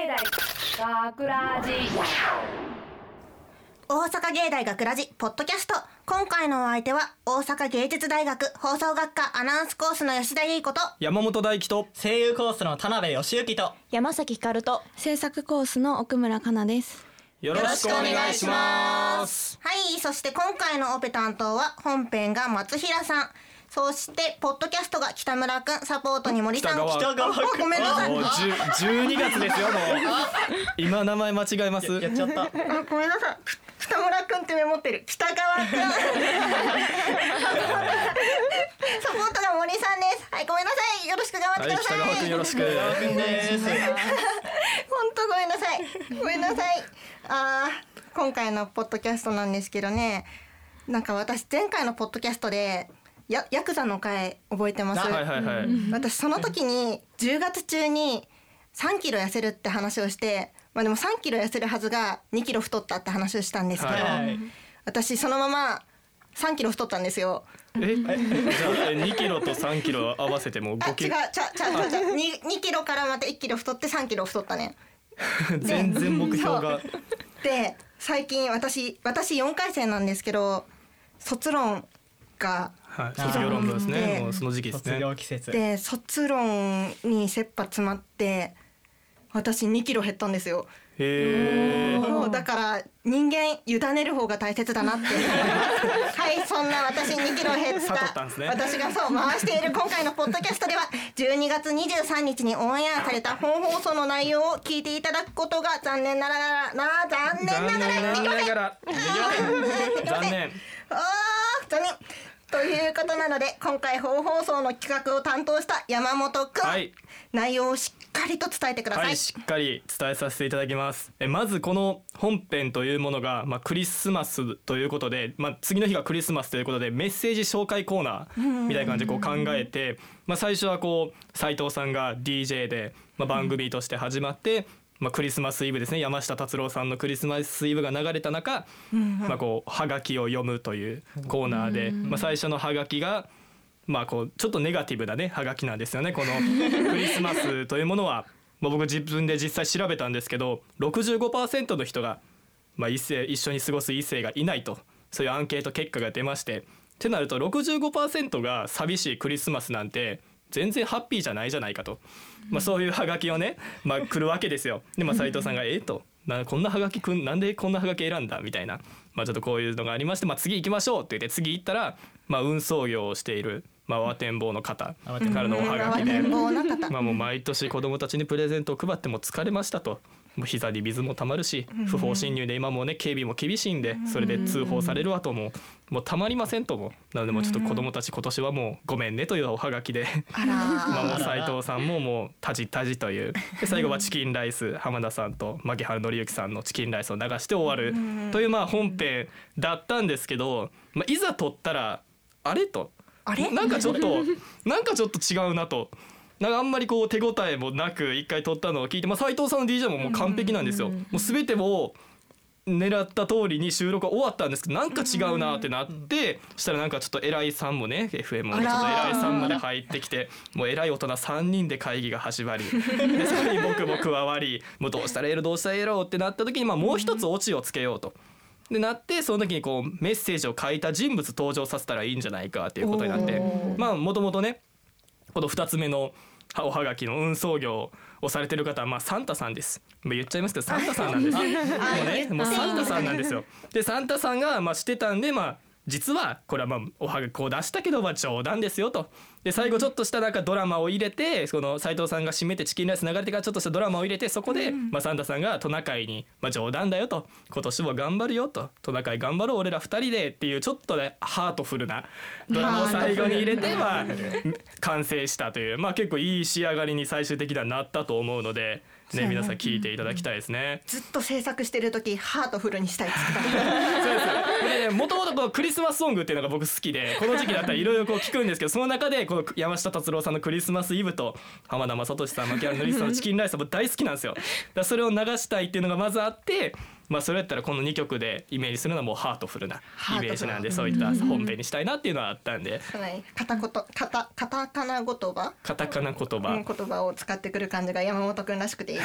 大学ラジ大阪芸大学ラジポッドキャスト。今回のお相手は大阪芸術大学放送学科アナウンスコースの吉田優子と山本大輝と声優コースの田辺義之と山崎ひかると制作コースの奥村かなです。 よろしくお願いします。 はい、そして今回のオペ担当は本編が松平さん、そしてポッドキャストが北村くん、サポートに森さん。 北川くん。 ごめんなさい。 もう12月ですよ。もう今名前間違えます。 やっちゃった。 ごめんなさい。北村くんってメモってる。北川くん。サポートが森さんです。はい、ごめんなさい。よろしく頑張ってください。 はい、北川くんよろしく。 北川くんです。 本当ごめんなさい。ごめんなさい。今回のポッドキャストなんですけどね、なんか私前回のポッドキャストでヤクザの回覚えてます？ はいはいはい。 私その時に10月中に3キロ痩せるって話をして、まあでも3キロ痩せるはずが2キロ太ったって話をしたんですけど、 はい、 私そのまま3キロ太ったんですよ。 じゃあ2キロと3キロ合わせても5キロ。 違う2キロからまた1キロ太って3キロ太ったね。 全然目標が。 で最近私4回生なんですけど、卒論が卒業論文ですね。もうその時期ですね。 卒業季節で卒論に切羽詰まって私2キロ減ったんですよ。だから人間委ねる方が大切だなってはい、そんな私2キロ減った、 ね、 私がそう回している今回のポッドキャストでは12月23日にオンエアされた本放送の内容を聞いていただくことが残念ながらできません。 残念ということなので、今回本放送の企画を担当した山本くん、はい、内容をしっかりと伝えてください。 はい、しっかり伝えさせていただきます。まずこの本編というものが、クリスマスということで、次の日がクリスマスということでメッセージ紹介コーナーみたいな感じでこう考えて、最初はこう斉藤さんが DJ で、番組として始まって、クリスマスイブですね、山下達郎さんのクリスマスイブが流れた中、こうハガキを読むというコーナーで、最初のハガキがこうちょっとネガティブなねハガキなんですよね。このクリスマスというものは僕自分で実際調べたんですけど 65% の人が、一緒に過ごす異性がいないと、そういうアンケート結果が出まして、ってなると 65% が寂しいクリスマスなんて全然ハッピーじゃないじゃないかと、そういうハガキをね、来るわけですよ。で斉藤さんがこんなハガキくんなんでこんなハガキ選んだみたいな、ちょっとこういうのがありまして、次行きましょうって言って次行ったら、運送業をしている慌てんぼうの方からのおはがきで、もう毎年子どもたちにプレゼントを配っても疲れましたと、もう膝に水もたまるし不法侵入で今もね警備も厳しいんで、それで通報されるわともうたまりませんとも、なのでもうちょっと子どもたち今年はもうごめんねというおはがきでもう斉藤さんももうタジタジというで、最後はチキンライス浜田さんと牧原紀之さんのチキンライスを流して終わるという本編だったんですけど、いざ撮ったらあれとなんかちょっと違うなと、あんまりこう手応えもなく一回撮ったのを聞いて、斉藤さんの DJ ももう完璧なんですよ。もう全ても狙った通りに収録が終わったんですけど、なんか違うなってなって、そしたらなんかちょっと偉いさんもね FM もちょっと偉いさんまで入ってきて、もう偉い大人3人で会議が始まりで、そこに僕も加わり、もうどうしたらええろってなった時に、もう一つオチをつけようとでなって、その時にこうメッセージを書いた人物登場させたらいいんじゃないかっていうことになって、もともとねこの2つ目のおはがきの運送業をされてる方はサンタさんです。言っちゃいますけどサンタさんなんです。もうサンタさんなんですよ。でサンタさんがしてたんで、実はこれはおはがきを出したけど冗談ですよと。で最後ちょっとしたドラマを入れて、その斉藤さんが締めてチキンライス流れてからちょっとしたドラマを入れて、そこでサンタさんがトナカイに冗談だよと、今年も頑張るよと、トナカイ頑張ろう俺ら2人でっていうちょっとねハートフルなドラマを最後に入れて完成したという、結構いい仕上がりに最終的にはなったと思うのでね、皆さん聞いていただきたいですね。 ずっと制作してる時ハートフルにしたいって言ってた。 そうです。これね、もともとクリスマスソングっていうのが僕好きで、この時期だったらいろいろ聞くんですけど、その中でこの山下達郎さんのクリスマスイブと浜田雅俊さん牧原紀之さんのチキンライスも大好きなんですよ。だからそれを流したいっていうのがまずあって、 それやったらこの2曲でイメージするのはもうハートフルなイメージなんで、 ハートそういった本編にしたいなっていうのはあったんで、 カタカナ言葉カタカナ言葉、 言葉を使ってくる感じが山本くんらしくていいじ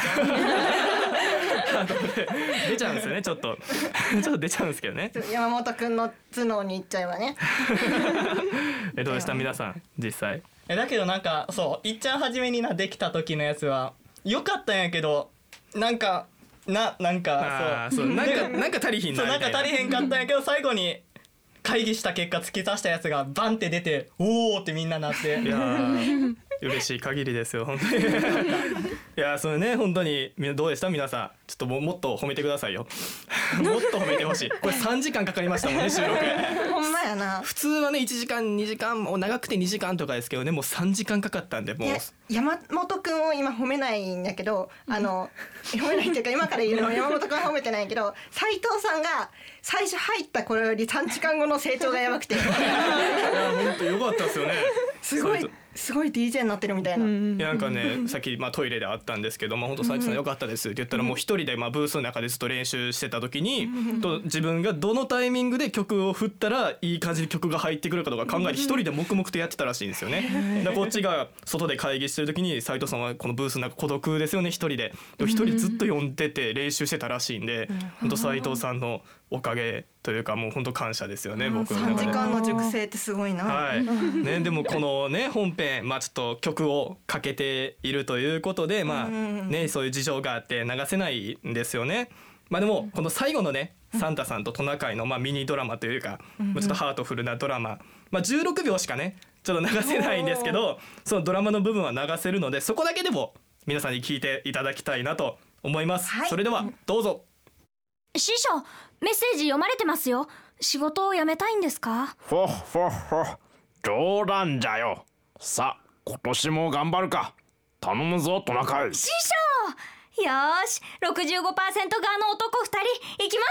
出ちゃうんですよねちょっと出ちゃうんですけどね。 ゃん山本くんの頭脳にいっちゃえばねどうでした皆さん実際。 だけどなんかそういっちゃん初めにできた時のやつは良かったんやけどなんかなんかそうなんか足りひんなみたいな。 そうなんか足りへんかったんやけど最後に会議した結果突き刺したやつがバンって出ておーってみんななっていやー嬉しい限りですよ本当にいやそれね本当にどうでした皆さん。ちょっともっと褒めてくださいよもっと褒めてほしい。これ3時間かかりましたもんね収録ほんまやな。 普通はね1時間2時間もう長くて2時間とかですけどね、もう3時間かかったんでもう山本くんを今褒めないんだけど褒めないっていうか今から言うのは山本くんは褒めてないけど斉藤さんが最初入った頃より3時間後の成長がやばくていや本当良かったですよねすごい DJ になってるみたいな、 いやなんかねさっきトイレであったんですけど、本当斉藤さん良かったですって言ったらもう一人でブースの中でずっと練習してた時に自分がどのタイミングで曲を振ったらいい感じに曲が入ってくるかとか考えて一人で黙々とやってたらしいんですよね。でこっちが外で会議してる時に斉藤さんはこのブースの中孤独ですよね一人で一人ずっと読んでて練習してたらしいんで、本当斉藤さんのおかげというかもう本当感謝ですよね僕の中で。 3時間の熟成ってすごいな。 はいね、でもこのね本編ちょっと曲をかけているということでねそういう事情があって流せないんですよね。でもこの最後のねサンタさんとトナカイのミニドラマというかちょっとハートフルなドラマ16秒しかねちょっと流せないんですけど、そのドラマの部分は流せるのでそこだけでも皆さんに聞いていただきたいなと思います、 はい、 それではどうぞ。 師匠、メッセージ読まれてますよ。仕事を辞めたいんですか？ ほっほっほ、冗談じゃよ。さあ今年も頑張るか。頼むぞトナカイ。 師匠、よーし 65% 側の男2人行き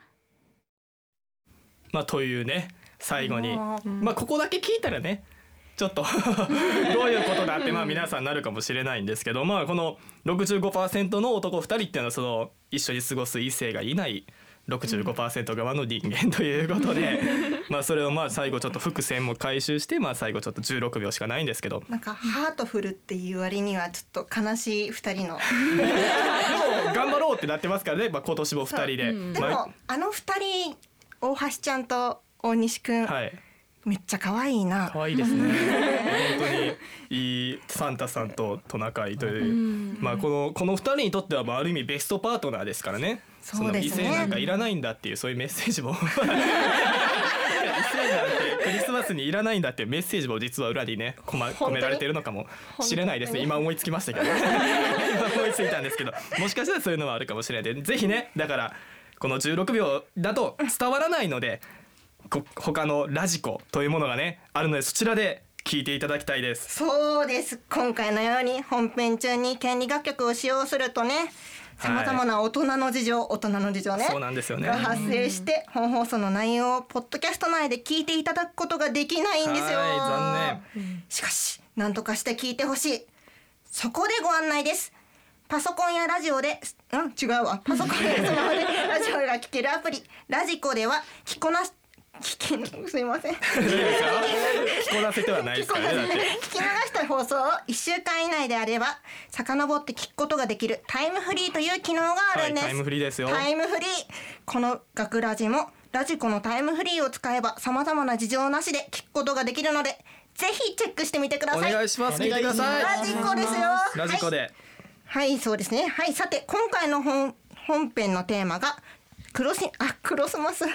ますか。 というね最後にここだけ聞いたらねちょっとどういうことだって皆さんなるかもしれないんですけど、この 65% の男2人っていうのはその一緒に過ごす異性がいない 65% 側の人間ということでそれを最後ちょっと伏線も回収して最後ちょっと16秒しかないんですけど、 なんかハートフルっていう割にはちょっと悲しい2人のでも頑張ろうってなってますからね、今年も2人で、 でもあの2人大橋ちゃんと大西くん、 はいめっちゃ可愛いな。 可愛いですね本当にいいサンタさんとトナカイという、この2人にとってはある意味ベストパートナーですからね。 そうですね。 その異性なんかいらないんだっていうそういうメッセージも異性なんてクリスマスにいらないんだっていうメッセージも実は裏にね込められているのかもしれないですね。今思いつきましたけど思いついたんですけど、もしかしたらそういうのはあるかもしれないんで、ぜひねだからこの16秒だと伝わらないので他のラジコというものがねあるのでそちらで聞いていただきたいです。 そうです。今回のように本編中に権利楽曲を使用するとねさまざまな大人の事情ねそうなんですよねが発生して本放送の内容をポッドキャスト内で聞いていただくことができないんですよ。 残念。 しかし何とかして聞いてほしい。そこでご案内です。パソコンやラジオで違うわパソコンやスマホでラジオが聴けるアプリラジコではすいませんいいですか着こなせてはないですからね。だって聞き流した放送を1週間以内であれば遡って聞くことができるタイムフリーという機能があるんです、 タイムフリーですよ。 タイムフリー。この学ラジもラジコのタイムフリーを使えば様々な事情なしで聞くことができるのでぜひチェックしてみてください。 お願いします。聞いてください。 ラジコですよ。 ラジコではいそうですね。はいさて今回の本編のテーマがクロスマス吉田さん教えて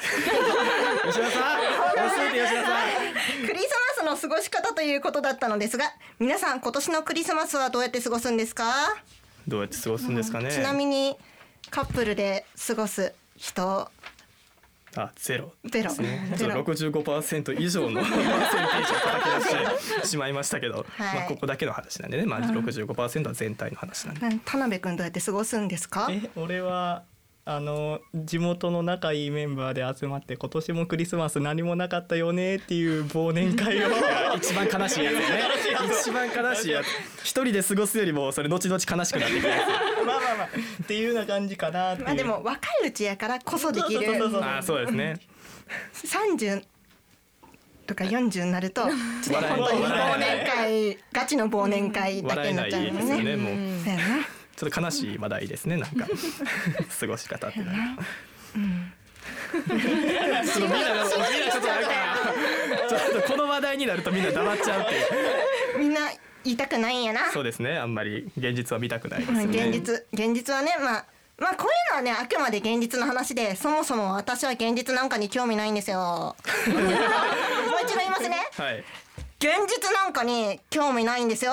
吉田さんクリスマスの過ごし方ということだったのですが皆さん今年のクリスマスはどうやって過ごすんですか？ どうやって過ごすんですかね。 ちなみにカップルで過ごす人ゼロゼロ 65% 以上のパーセンテージを叩き出してしまいましたけど、 はいここだけの話なんでね、65% は全体の話なんで。 田辺くんどうやって過ごすんですか？ 俺は地元の仲いいメンバーで集まって今年もクリスマス何もなかったよねっていう忘年会を一番悲しいやつよね一番悲しいやつ一人で過ごすよりもそれ後々悲しくなってくるやまあっていうような感じかなっていう。 まあでも若いうちやからこそできるつそうですね 30とか40になるとちょっと本当に忘年会ガチの忘年会だけになっちゃうもんですよねね。 もうそうやなちょっと悲しい話題ですねなんか過ごし方ってなるちょっとみんなちょっとなんかちょっとこの話題になるとみんな黙っちゃうっていうみんな言いたくないんやな。 そうですねあんまり現実は見たくないですよね現実はねまあこういうのはねあくまで現実の話でそもそも私は現実なんかに興味ないんですよもう一度言いますねはい現実なんかに興味ないんですよ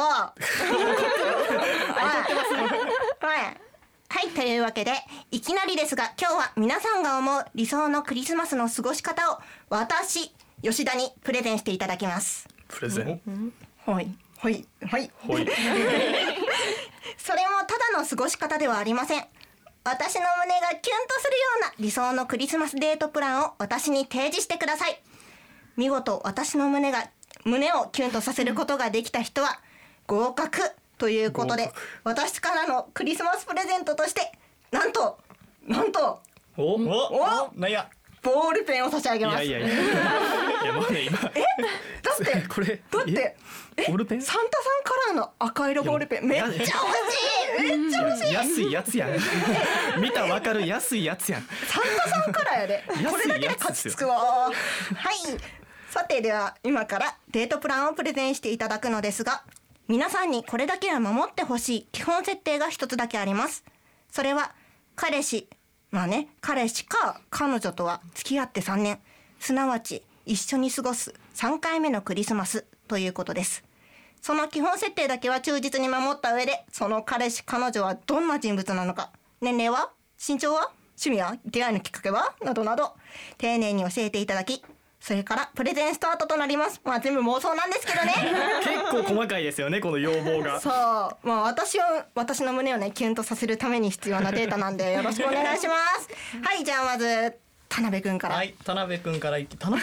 はいというわけでいきなりですが今日は皆さんが思う理想のクリスマスの過ごし方を私吉田にプレゼンしていただきます。 プレゼンはいほいそれもただの過ごし方ではありません。私の胸がキュンとするような理想のクリスマスデートプランを私に提示してください。見事私の胸をキュンとさせることができた人は合格ということで私からのクリスマスプレゼントとしてなんとおなんやボールペンを差し上げます。 いやもうね今だってこれボールペンサンタさんカラーの赤色ボールペンめっちゃ欲しいめっちゃ欲しい安いやつやん見たわかる安いやつやんサンタさんカラーやでこれだけで勝ちつくわはいさてでは今からデートプランをプレゼンしていただくのですが皆さんにこれだけは守ってほしい基本設定が一つだけあります。それは彼氏か彼女とは付き合って3年すなわち一緒に過ごす3回目のクリスマスということです。その基本設定だけは忠実に守った上でその彼氏彼女はどんな人物なのか年齢は身長は趣味は出会いのきっかけはなどなど丁寧に教えていただきそれからプレゼンスタートとなります。全部妄想なんですけどね結構細かいですよねこの要望がそう私の胸をねキュンとさせるために必要なデータなんでよろしくお願いしますはいじゃあまず田辺くんからはい田辺くんから自分の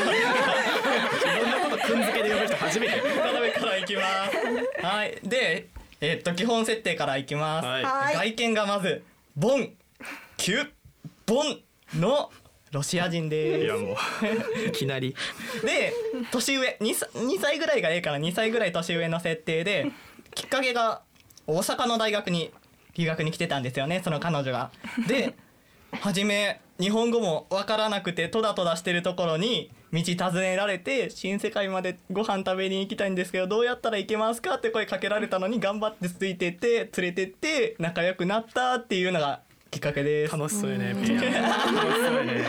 ことくんづけで呼ぶ人初めて田辺からいきますはいで基本設定からいきます、 はい外見がまずボンキュッボンのロシア人です。 いやもういきなりで年上2歳ぐらいがいいから2歳ぐらい年上の設定できっかけが大阪の大学に留学に来てたんですよねその彼女が。で初め日本語もわからなくてトダトダしてるところに道尋ねられて新世界までご飯食べに行きたいんですけどどうやったら行けますかって声かけられたのに頑張ってついてって連れてって仲良くなったっていうのがきっかけです。 楽しそうやね楽しそうやね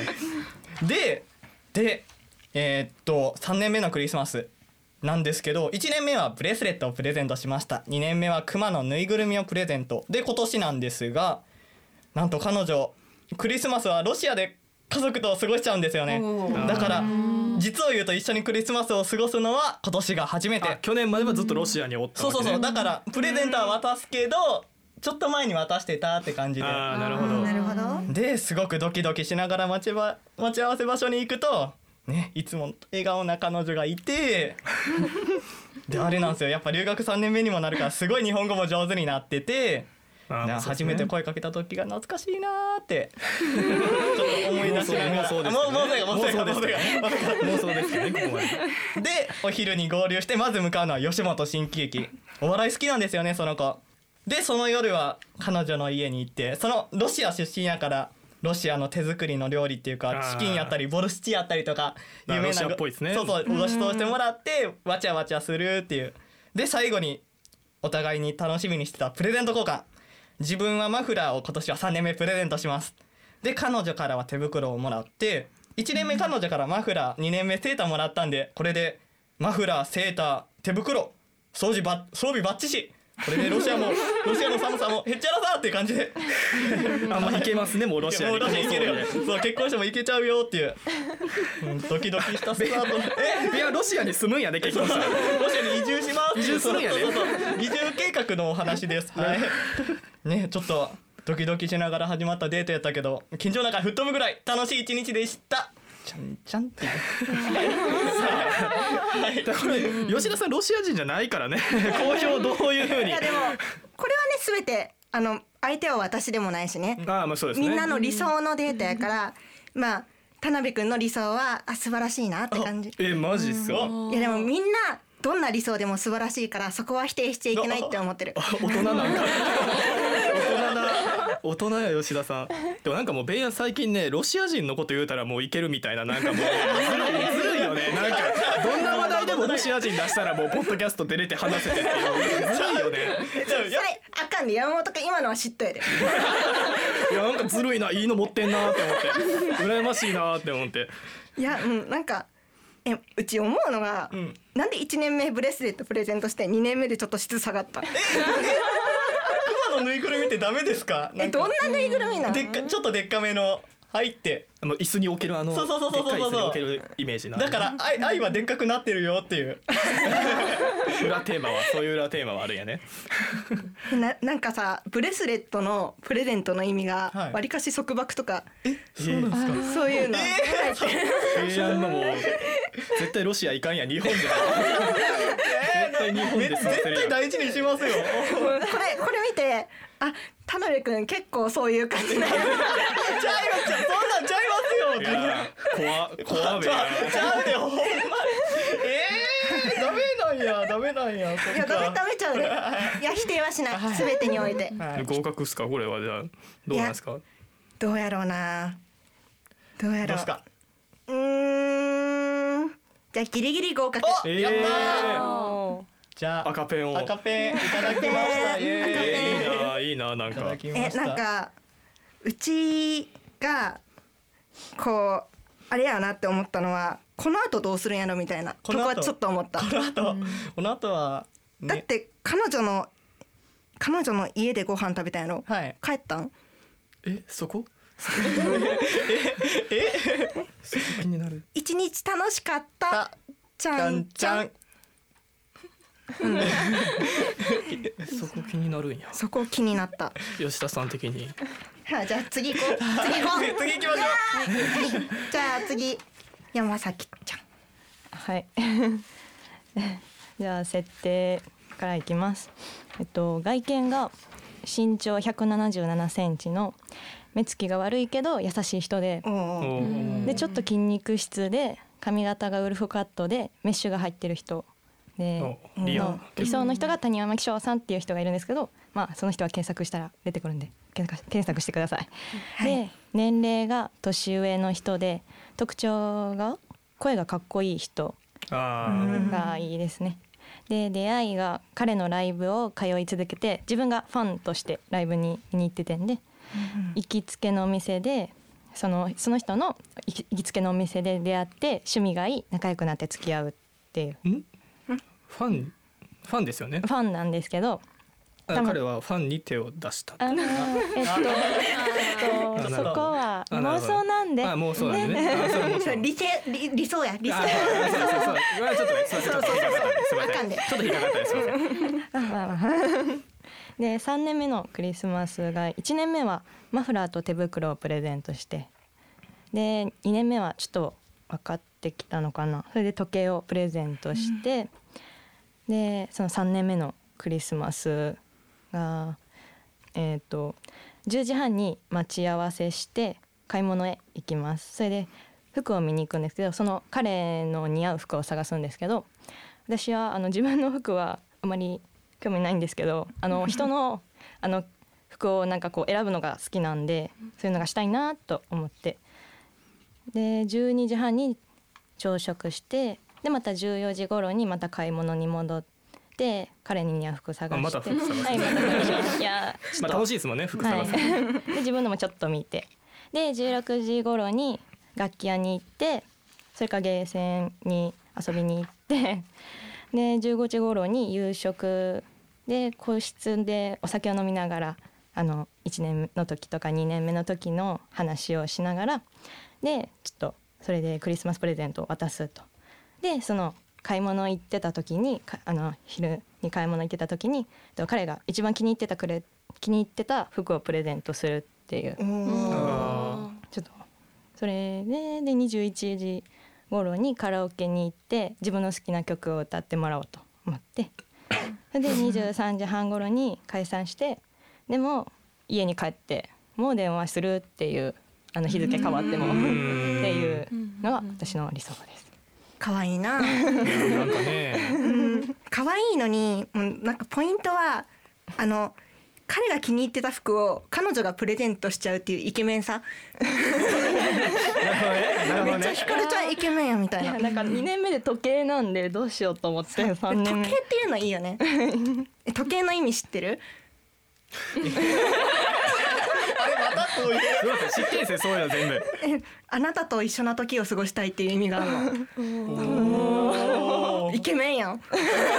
で3年目のクリスマスなんですけど1年目はブレスレットをプレゼントしました。2年目はクマのぬいぐるみをプレゼントで今年なんですがなんと彼女クリスマスはロシアで家族と過ごしちゃうんですよね。だから実を言うと一緒にクリスマスを過ごすのは今年が初めて。 去年まではずっとロシアにおったわけね。 そうだからプレゼントは渡すけどちょっと前に渡してたって感じで。 なるほどなるほどですごくドキドキしながら待ち合わせ場所に行くとねいつも笑顔な彼女がいてであれなんですよやっぱ留学3年目にもなるからすごい日本語も上手になってて初めて声かけた時が懐かしいなーってちょっと思い出しながら妄想ですよねここまで。 でお昼に合流してまず向かうのは吉本新喜劇。お笑い好きなんですよねその子で。その夜は彼女の家に行ってそのロシア出身やからロシアの手作りの料理っていうかチキンやったりボルシチやったりとか有名なロシアっぽいですね。 そうご馳走してもらってわちゃわちゃするっていう。で最後にお互いに楽しみにしてたプレゼント交換。自分はマフラーを今年は3年目プレゼントします。で彼女からは手袋をもらって1年目彼女からマフラー2年目セーターもらったんでこれでマフラーセーター手袋装備バッチシこれでロシアの寒さもへっちゃらさっていう感じであんまいけますねもうロシアに。 もうロシア行けるよそう結婚しても行けちゃうよっていうドキドキしたスタートいやロシアに住むんやで結婚したら。 ロシアに移住します。 移住するんやねそう移住計画のお話です。はいねちょっとドキドキしながら始まったデートやったけど緊張の中吹っ飛ぶぐらい楽しい一日でした。ちゃんちゃんってだから吉田さんロシア人じゃないからね好評どういう風に。 いやでもこれはね全て相手は私でもないしね、 まあそうですね。 みんなの理想のデートやからまあ田辺くんの理想は素晴らしいなって感じ。 マジっすか。 いやでもみんなどんな理想でも素晴らしいからそこは否定しちゃいけないって思ってる。 大人なんか大人や吉田さん。でもなんかもうベイヤン最近ねロシア人のこと言うたらもういけるみたいななんかもうずるいよね。なんかどんな話題でもロシア人出したらもうポッドキャスト出れて話せてっていうずるいよね。 それあかんで山本君今のは嫉妬やで。 いやなんかずるいないいの持ってんなって思って羨ましいなって思って。 いやなんかうち思うのが、なんで1年目ブレスレットプレゼントして2年目でちょっと質下がった。 熊のぬいぐるみってダメですか？ どんなぬいぐるみなの？ ちょっとでっかめの入って椅子に置けるそうでっかい椅子に置けるイメージな。 だから愛はでっかくなってるよっていう裏テーマはそういう裏テーマはあるんやね。 なんかさブレスレットのプレゼントの意味がはいわりかし束縛とか、 そうなんですか。 そういうの入ってる。 平安のもう絶対ロシアいかんや日本で絶対日本で済ませ絶るやん。 対大事にしますよ。 これ見て田辺くん結構そういう感じなんや。 ちゃいますよ、そんなんちゃいますよ。 いや怖べや。 ちゃうでほんまに。ダメなんや。 いやダメちゃうね。いや否定はしない。全てにおいて。 合格っすかこれは。じゃあどうなんですか。 どうやろうな。どうやろう。 どうすか。 じゃあギリギリ合格。 やったー。じゃあ赤ペンを。 赤ペンいただきました。イエーイ。 いいななんいたかだきました。 なんかうちがこうあれやなって思ったのはこの後どうするんやろみたいなとこはちょっと思った。 この後はだって彼女の家でご飯食べたんやろ。 はい。 帰ったん？ そこそこ気になる。 一日楽しかったちゃんちゃん。 そこ気になるんや。 そこ気になった。 吉田さん的に。 はい、じゃあ次行こう。 次行きましょう。 じゃあ次山崎ちゃん。 はい。じゃあ設定からいきます。外見が身長177センチの目つきが悪いけど優しい人で、でちょっと筋肉質で髪型がウルフカットでメッシュが入ってる人で、理想の人が谷山紀章さんっていう人がいるんですけど、まあその人は検索したら出てくるんで検索してください。で年齢が年上の人で特徴が声がかっこいい人がいいですね。で出会いが彼のライブを通い続けて自分がファンとしてライブに見に行っててんで、行きつけのお店でその人の行きつけのお店で出会って趣味がいい仲良くなって付き合うっていう。 ファンですよね。 ファンなんですけど、 彼はファンに手を出した。 そこは妄想なんで。 妄想なんでね。 理想や理想。 ちょっとね、すみません。ちょっと引っかかったです。すみません。 で3年目のクリスマスが1年目はマフラーと手袋をプレゼントして、で2年目はちょっと分かってきたのかな、それで時計をプレゼントして、でその3年目のクリスマスが10時半に待ち合わせして買い物へ行きます。それで服を見に行くんですけど、その彼の似合う服を探すんですけど、私は自分の服はあまり興味ないんですけど、人の服をなんかこう選ぶのが好きなんで、そういうのがしたいなと思って、で12時半に朝食して、でまた14時頃にまた買い物に戻って彼に似合う服探して、 また服探して、 はい、また探します。いやまあ楽しいですもんね、服探す、 で自分のもちょっと見て、で16時頃に楽器屋に行って、それからゲーセンに遊びに行って、で15時頃に夕食で個室でお酒を飲みながら1年の時とか2年目の時の話をしながら、でちょっとそれでクリスマスプレゼントを渡すと。でその買い物行ってた時に昼に買い物行ってた時に彼が一番気に入って気に入ってた服をプレゼントするっていう、ちょっとそれで21時頃にカラオケに行って自分の好きな曲を歌ってもらおうと思ってそれで23時半頃に解散して、でも家に帰ってもう電話するっていう、日付変わってもっていうのが私の理想です。 可愛いな。 なんかね、 可愛いのに、なんかポイントは彼が気に入ってた服を彼女がプレゼントしちゃうっていうイケメンさ。めっちゃひかるちゃんイケメンやみたいな。 なんか2年目で時計なんでどうしようと思って3年目。 時計っていうのいいよね。時計の意味知ってる？ あれまたそういうすごい知ってんすよそういうの全部。 あなたと一緒な時を過ごしたいっていう意味があるの。イケメンやん。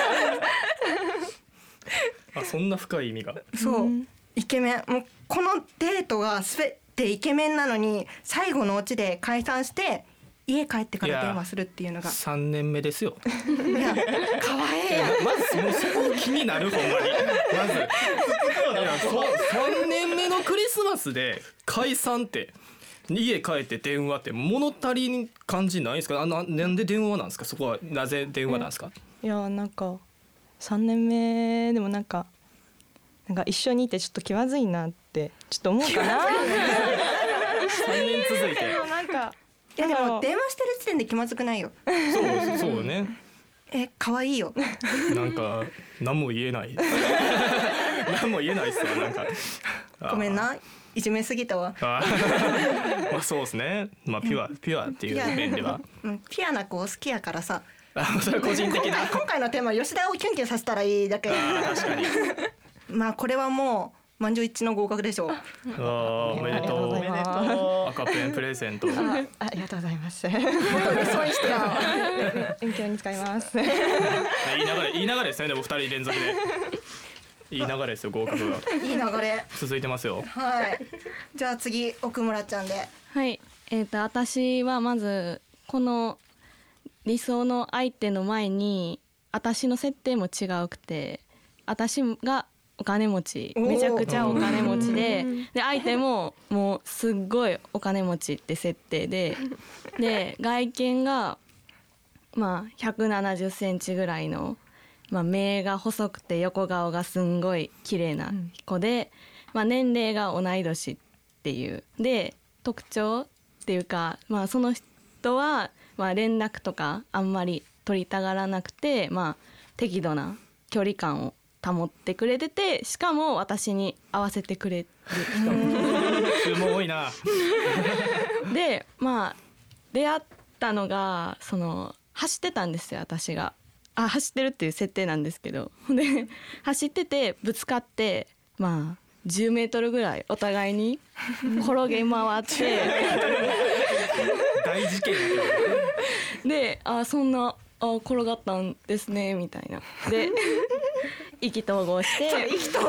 あ、そんな深い意味が。 そう、イケメン。もうこのデートが全てイケメンなのに最後のオチで解散して家帰ってから電話するっていうのが 3年目ですよ。 いや可愛いやん。 まずもうそこ気になるほんまに。まずいや3年目のクリスマスで解散って家帰って電話って物足りん感じないんですか？なんで電話なんですか？そこはなぜ電話なんですか？ いやなんか3年目でもなんか一緒にいてちょっと気まずいなってちょっと思うかな。 3年続いて。 なんかいやでも電話してる時点で気まずくないよ。 そうね。 可愛いよ。 なんか何も言えない。何も言えないっすよなんか。 ごめんな。いじめすぎたわ。 まあそうですね。まあピュアっていう面では。 ピュアな子好きやからさ。 それは個人的な。 今回のテーマ吉田をキュンキュンさせたらいいだけ。 確かに。 まあこれはもう満場一致の合格でしょう。 おめでとう。 おめでとう。 赤ペンプレゼント。 ありがとうございます。 本当にそういう人や。 勉強に使います。 いい流れですね。でも2人連続で。いい流れですよ合格が。 いい流れ。 続いてますよ。 はい。じゃあ次奥村ちゃんで。 はい。私はまずこの理想の相手の前に私の設定も違うくて、私がお金持ち、めちゃくちゃお金持ちで相手ももうすっごいお金持ちって設定で外見がまあ170センチぐらいの、目が細くて横顔がすんごい綺麗な子で、年齢が同い年っていうで特徴っていうか、その人は連絡とかあんまり取りたがらなくて、適度な距離感を保ってくれてて、しかも私に合わせてくれる人。 すごいな。 で出会ったのが走ってたんですよ私が。走ってるっていう設定なんですけど、で走っててぶつかって10メートルぐらいお互いに転げ回って大事件でそんな転がったんですねみたいなで意気投合してどう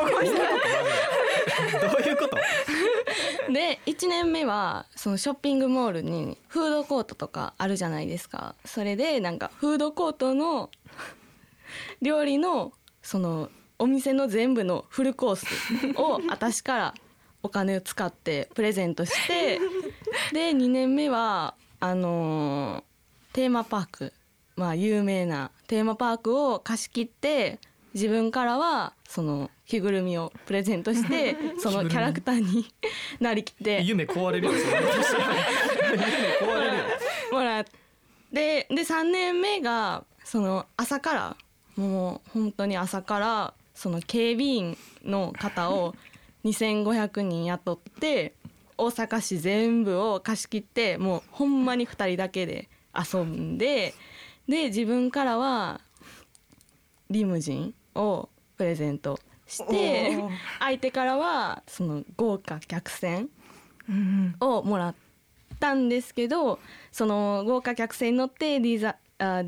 いうことで1年目はそのショッピングモールにフードコートとかあるじゃないですか。それでなんかフードコートの料理のそのお店の全部のフルコースを私からお金を使ってプレゼントしてで2年目はテーマパーク、有名なテーマパークを貸し切って自分からはその着ぐるみをプレゼントしてそのキャラクターになりきって夢壊れるよ。夢壊れるよ。 もらってで3年目がその朝からもう本当に朝からその警備員の方を2500人雇って大阪市全部を貸し切ってもうほんまに2人だけで遊んで自分からはリムジンをプレゼントして相手からはその豪華客船をもらったんですけど、その豪華客船に乗ってディナ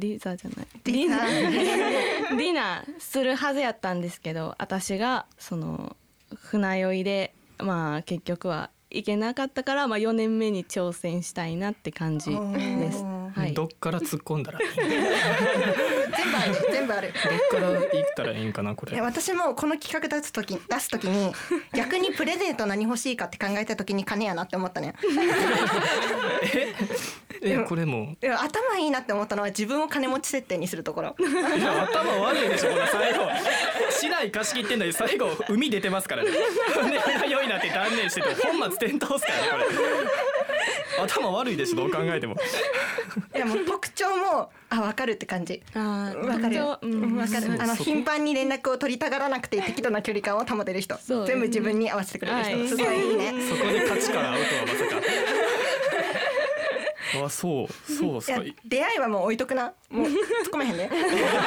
ーするはずやったんですけど、私がその船酔いで結局は行けなかったから4年目に挑戦したいなって感じです。はい、 どっから突っ込んだらいい全部ある。 どっから言ったらいいんかなこれ。 私もこの企画出す時に逆にプレゼント何欲しいかって考えた時に金やなって思ったね。 これもいや頭いいなって思ったのは自分を金持ち設定にするところ。 いや頭悪いでしょこれ最後。市内貸し切ってんだけど最後海出てますからね。で良いなって断念してて本末転倒っすからねこれ。頭悪いでしょどう考えても。 いやもう特徴も分かるって感じ。 あー分かるよ、分かる。 そこ頻繁に連絡を取りたがらなくて適度な距離感を保てる人、 そう全部自分に合わせてくれる人、 はいすごいいいね。 そこで価値観合うとはまさか。あそうっすか。 いや出会いはもう置いとくな。もう突っ込めへんで。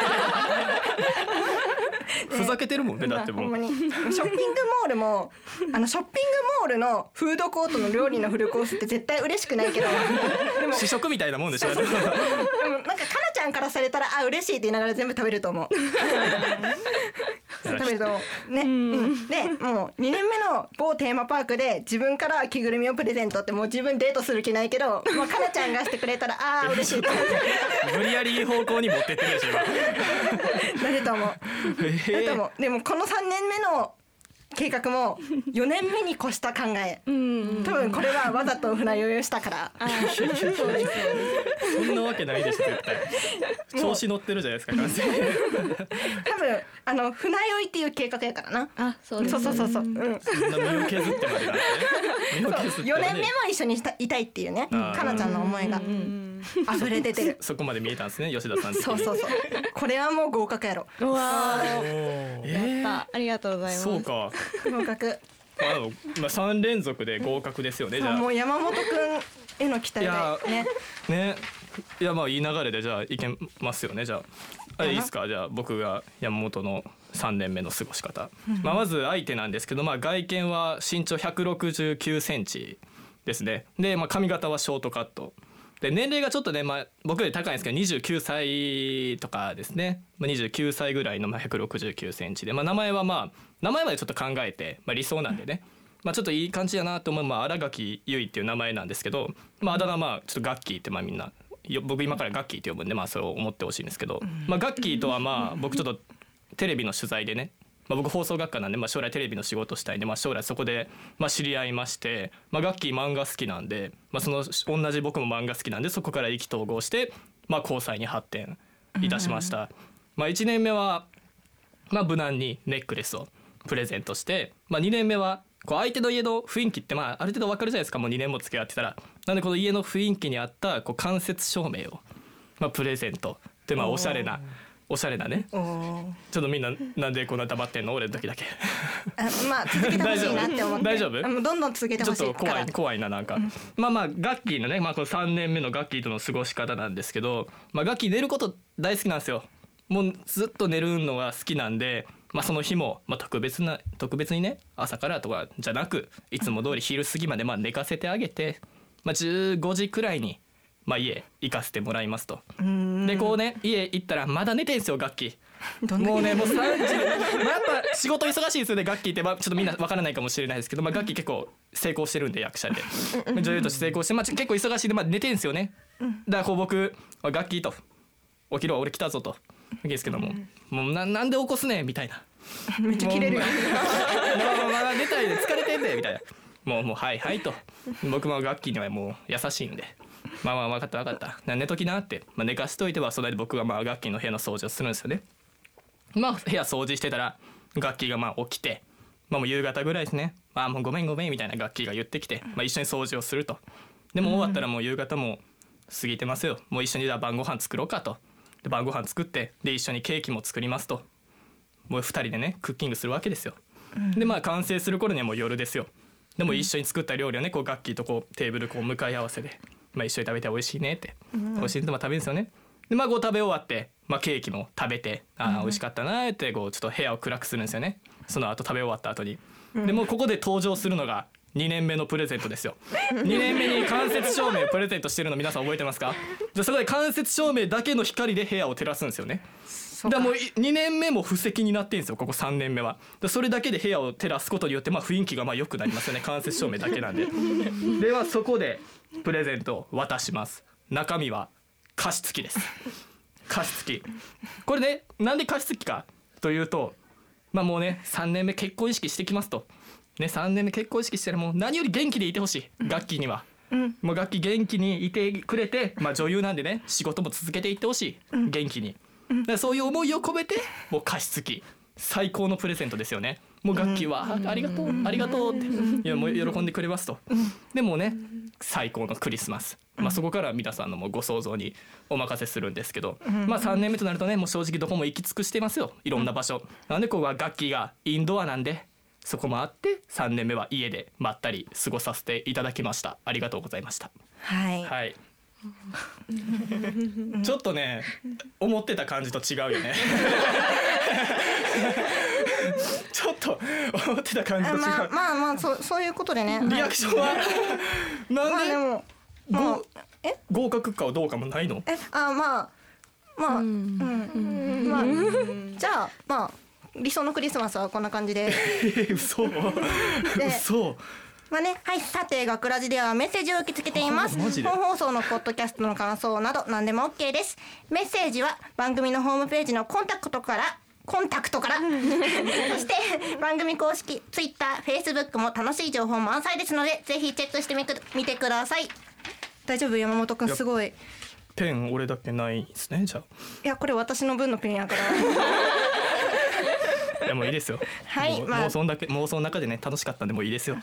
ふざけてるもんねだってもう。 ほんまにショッピングモールもショッピングモールのフードコートの料理のフルコースって絶対嬉しくないけど試食みたいなもんでしょ。 でもなんかかなちゃんからされたら嬉しいって言いながら全部食べると思う。食べると思うね、でもう2年目の某テーマパークで自分から着ぐるみをプレゼントってもう自分デートする気ないけど、まあ、かなちゃんがしてくれたら嬉しいって無理やりいい方向に持ってってるでしょ今。 なると思う。だと思う。でもこの3年目の計画も4年目に越した考え。多分これはわざと船酔いをしたから。 そんなわけないでしょ絶対。調子乗ってるじゃないですか完全に。 多分船酔いっていう計画やからな。 あ、そうです。 そう。 そんな身を削ってまでなんですね。身を削って 4年目も一緒にいたいっていうね、かなちゃんの思いが溢れ出てる。 そこまで見えたんですね吉田さん的に。 そうこれはもう合格やろ。 うわー、やった。ありがとうございます。 そうか。 合格。 3連続で合格ですよねじゃあ。 もう山本くんへの期待がね。 ね。いやまあいい流れでじゃあいけますよねじゃあ。いいですかじゃあ僕が山本の3年目の過ごし方。まず相手なんですけど、外見は身長169センチですね。で、髪型はショートカット。で年齢がちょっとね、僕より高いんですけど29歳とかですね。29歳ぐらいの169センチで、名前は名前までちょっと考えて、理想なんでね。ちょっといい感じやなと思う新垣結衣っていう名前なんですけど、あだ名ちょっとガッキーってみんな僕今からガッキーって呼ぶんでそう思ってほしいんですけど、ガッキーとは僕ちょっとテレビの取材でね、僕放送学科なんで、将来テレビの仕事したいんで、将来そこで知り合いまして、ガッキー漫画好きなんで、その同じ僕も漫画好きなんでそこから意気投合して、交際に発展いたしました。1年目は、無難にネックレスをプレゼントして、2年目は相手の家の雰囲気ってある程度分かるじゃないですか。もう2年も付き合ってたら。なんでこの家の雰囲気に合った間接照明をプレゼントでおしゃれなね。ちょっとみんななんでこんな黙ってんの俺の時だけ。 続けてほしいなって思って。 大丈夫？ どんどん続けてほしいちょっと怖いななんか。ガッキーのね、この3年目のガッキーとの過ごし方なんですけど、ガッキー寝ること大好きなんですよ。もうずっと寝るのが好きなんで、その日も特別にね朝からとかじゃなくいつも通り昼過ぎまで寝かせてあげて、15時くらいに家行かせてもらいますと。でこうね家行ったらまだ寝てんすよガッキー。もう3時やっぱ仕事忙しいですよねガッキーって。ちょっとみんなわからないかもしれないですけど、ガッキー結構成功してるんで役者で女優として成功して、結構忙しいんで寝てんすよね。だから僕ガッキーと起きろ俺来たぞとですけども、もうなんで起こすねみたいな。 めっちゃキレるよ。 寝たいで疲れてんでみたいな。もうはいと。僕もガッキーにはもう優しいんで。分かった寝ときなって、寝かしといてはそれで僕がガッキーの部屋の掃除をするんですよね。部屋掃除してたらガッキーが起きて、もう夕方ぐらいですね。もうごめんみたいなガッキーが言ってきて、一緒に掃除をすると。でも終わったらもう夕方も過ぎてますよ。もう一緒に晩ご飯作ろうかと。で晩ご飯作ってで一緒にケーキも作りますと。もう2人でねクッキングするわけですよ。で完成する頃にはもう夜ですよ。でも一緒に作った料理をねガッキーとテーブル向かい合わせで、一緒に食べて美味しいねって、美味しいねって食べるんですよね。で食べ終わって、ケーキも食べて美味しかったなってちょっと部屋を暗くするんですよね。その後食べ終わった後に、でもうここで登場するのが2年目のプレゼントですよ。2年目に間接照明をプレゼントしてるの皆さん覚えてますか？そこで間接照明だけの光で部屋を照らすんですよね。だからもう2年目も布石になってんですよここ3年目は。それだけで部屋を照らすことによって雰囲気が良くなりますよね。間接照明だけなんで。ではそこでプレゼントを渡します。中身は加湿器です。 加湿器。これね、なんで加湿器かというと、まあもうね3年目結婚意識してきますとね、3年目結婚意識してる、もう何より元気でいてほしい、楽器には。もう楽器元気にいてくれて、まあ女優なんでね仕事も続けていってほしい、元気に。だからそういう思いを込めてもう加湿器、最高のプレゼントですよね。もう楽器は、ありがとうありがとうって、いやもう喜んでくれますと。でもね最高のクリスマス、まあ、そこから皆さんのもうご想像にお任せするんですけど、まあ3年目となるとねもう正直どこも行き尽くしてますよ、いろんな場所。なんでここは楽器がインドアなんで、そこもあって3年目は家でまったり過ごさせていただきました。ありがとうございました。 はい、 はいちょっとね思ってた感じと違うよねちょっと思ってた感じと違う。 まあそういうことでね。 リアクションはなんで、 でも合格かどうかもないの？ まあじゃあまあ理想のクリスマスはこんな感じで嘘嘘。 まあね、はい、さて学ラジではメッセージを受け付けています。 マジで本放送のポッドキャストの感想など何でも OK です。メッセージは番組のホームページのコンタクトからそして番組公式 Twitter、Facebook も楽しい情報満載ですのでぜひチェックしてみてください。大丈夫？山本くんすごい。 ペン俺だけないですね。じゃあいやこれ私の分のペンやからでもいいですよ。 はい、 妄想の中でね楽しかったんでもういいですよ。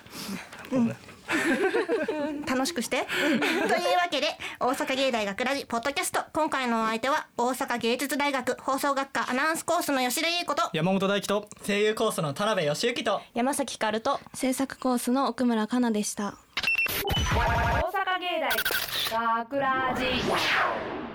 楽しくしてというわけで大阪芸大学ラジポッドキャスト、今回のお相手は大阪芸術大学放送学科アナウンスコースの吉田優子と山本大輝と声優コースの田辺義行と山崎かると制作コースの奥村かなでした。 大阪芸大学ラジ